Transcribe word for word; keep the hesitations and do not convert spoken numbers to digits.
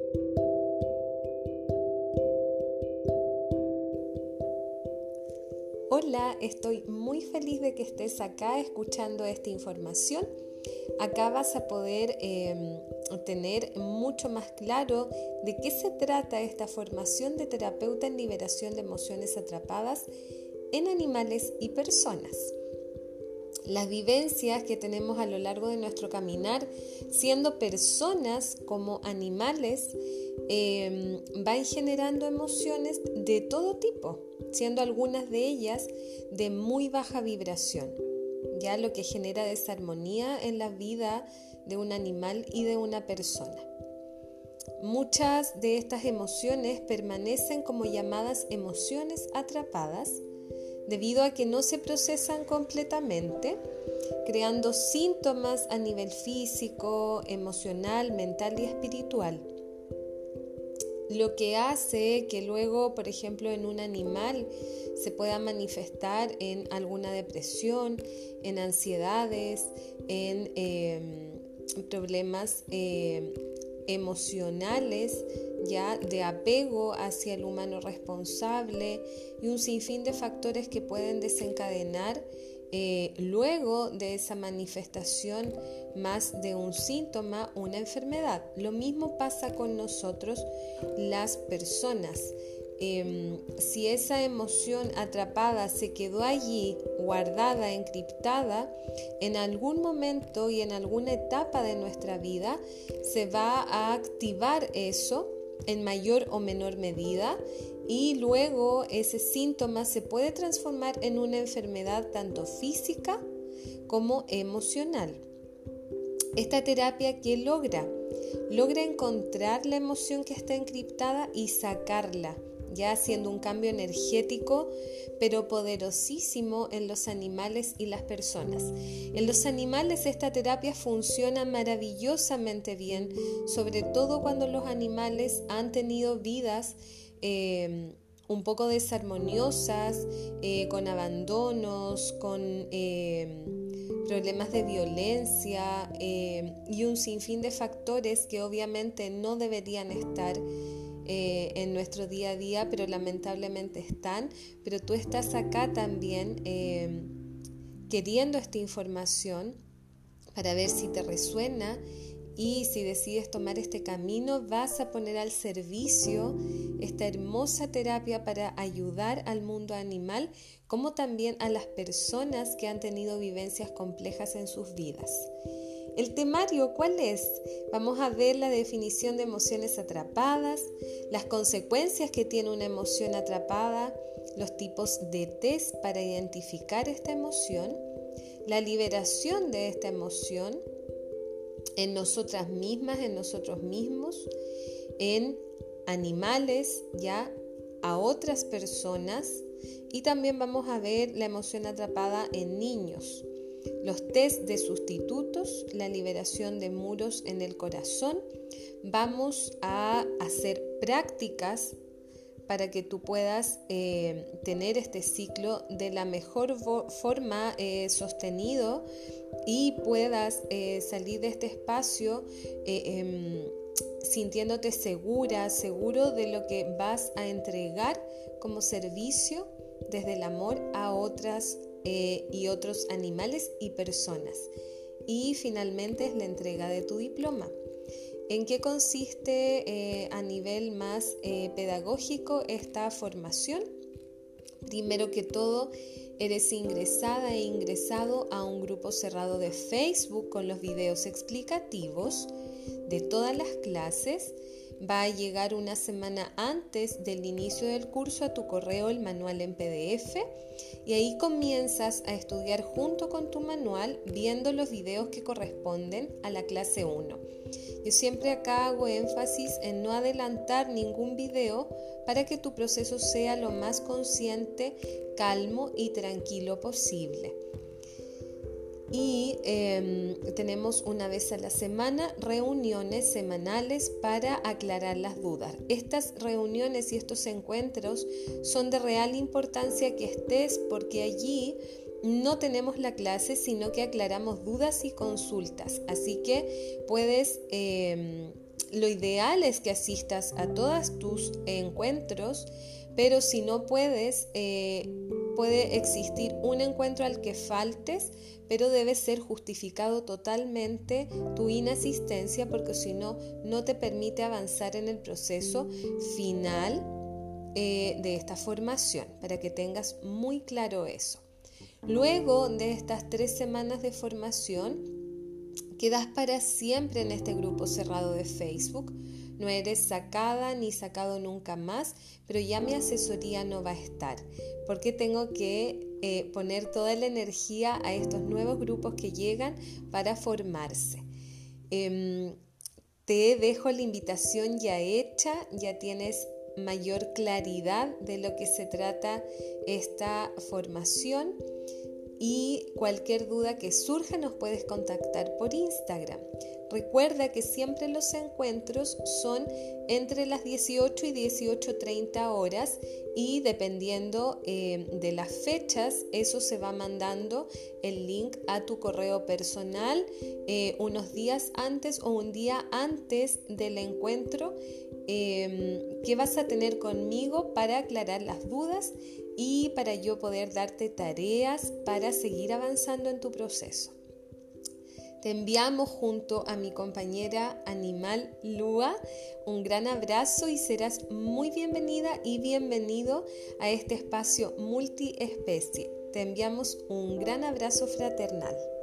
Hola, estoy muy feliz de que estés acá escuchando esta información. Acá vas a poder eh, tener mucho más claro de qué se trata esta formación de terapeuta en liberación de emociones atrapadas en animales y personas. Las vivencias que tenemos a lo largo de nuestro caminar, siendo personas como animales, eh, van generando emociones de todo tipo, siendo algunas de ellas de muy baja vibración, ya lo que genera desarmonía en la vida de un animal y de una persona. Muchas de estas emociones permanecen como llamadas emociones atrapadas, debido a que no se procesan completamente, creando síntomas a nivel físico, emocional, mental y espiritual. Lo que hace que luego, por ejemplo, en un animal se pueda manifestar en alguna depresión, en ansiedades, en eh, problemas eh, emocionales, ya de apego hacia el humano responsable y un sinfín de factores que pueden desencadenar eh, luego de esa manifestación más de un síntoma, una enfermedad. Lo mismo pasa con nosotros las personas. Eh, si esa emoción atrapada se quedó allí, guardada, encriptada, en algún momento y en alguna etapa de nuestra vida se va a activar eso en mayor o menor medida y luego ese síntoma se puede transformar en una enfermedad tanto física como emocional. Esta terapia, ¿qué logra? Logra encontrar la emoción que está encriptada y sacarla, ya haciendo un cambio energético pero poderosísimo en los animales y las personas. En los animales esta terapia funciona maravillosamente bien, sobre todo cuando los animales han tenido vidas eh, un poco desarmoniosas, eh, con abandonos, con eh, problemas de violencia eh, y un sinfín de factores que obviamente no deberían estar Eh, en nuestro día a día, pero lamentablemente están, pero tú estás acá también eh, queriendo esta información para ver si te resuena y si decides tomar este camino vas a poner al servicio esta hermosa terapia para ayudar al mundo animal como también a las personas que han tenido vivencias complejas en sus vidas. El temario, ¿cuál es? Vamos a ver la definición de emociones atrapadas, las consecuencias que tiene una emoción atrapada, los tipos de test para identificar esta emoción, la liberación de esta emoción en nosotras mismas, en nosotros mismos, en animales, ya a otras personas, y también vamos a ver la emoción atrapada en niños. Los test de sustitutos, la liberación de muros en el corazón. Vamos a hacer prácticas para que tú puedas eh, tener este ciclo de la mejor vo- forma eh, sostenido y puedas eh, salir de este espacio eh, eh, sintiéndote segura, seguro de lo que vas a entregar como servicio desde el amor a otras Eh, y otros animales y personas. Y finalmente es la entrega de tu diploma. ¿En qué consiste eh, a nivel más eh, pedagógico esta formación? Primero que todo, eres ingresada e ingresado a un grupo cerrado de Facebook con los videos explicativos de todas las clases. Va a llegar una semana antes del inicio del curso a tu correo el manual en P D F y ahí comienzas a estudiar junto con tu manual viendo los videos que corresponden a la clase uno. Yo siempre acá hago énfasis en no adelantar ningún video para que tu proceso sea lo más consciente, calmo y tranquilo posible. Y eh, tenemos una vez a la semana reuniones semanales para aclarar las dudas. Estas reuniones y estos encuentros son de real importancia que estés porque allí no tenemos la clase, sino que aclaramos dudas y consultas. Así que puedes eh, lo ideal es que asistas a todos tus encuentros, pero si no puedes, eh, puede existir un encuentro al que faltes, pero debe ser justificado totalmente tu inasistencia, porque si no, no te permite avanzar en el proceso final eh, de esta formación, para que tengas muy claro eso. Luego de estas tres semanas de formación, quedas para siempre en este grupo cerrado de Facebook. No eres sacada ni sacado nunca más, pero ya mi asesoría no va a estar, porque tengo que eh, poner toda la energía a estos nuevos grupos que llegan para formarse. Eh, te dejo la invitación ya hecha, ya tienes mayor claridad de lo que se trata esta formación. Y cualquier duda que surja nos puedes contactar por Instagram. Recuerda que siempre los encuentros son entre las dieciocho y dieciocho treinta horas y dependiendo eh, de las fechas, eso se va mandando el link a tu correo personal eh, unos días antes o un día antes del encuentro eh, que vas a tener conmigo para aclarar las dudas y para yo poder darte tareas para seguir avanzando en tu proceso. Te enviamos junto a mi compañera Animal Lua un gran abrazo y serás muy bienvenida y bienvenido a este espacio multiespecie. Te enviamos un gran abrazo fraternal.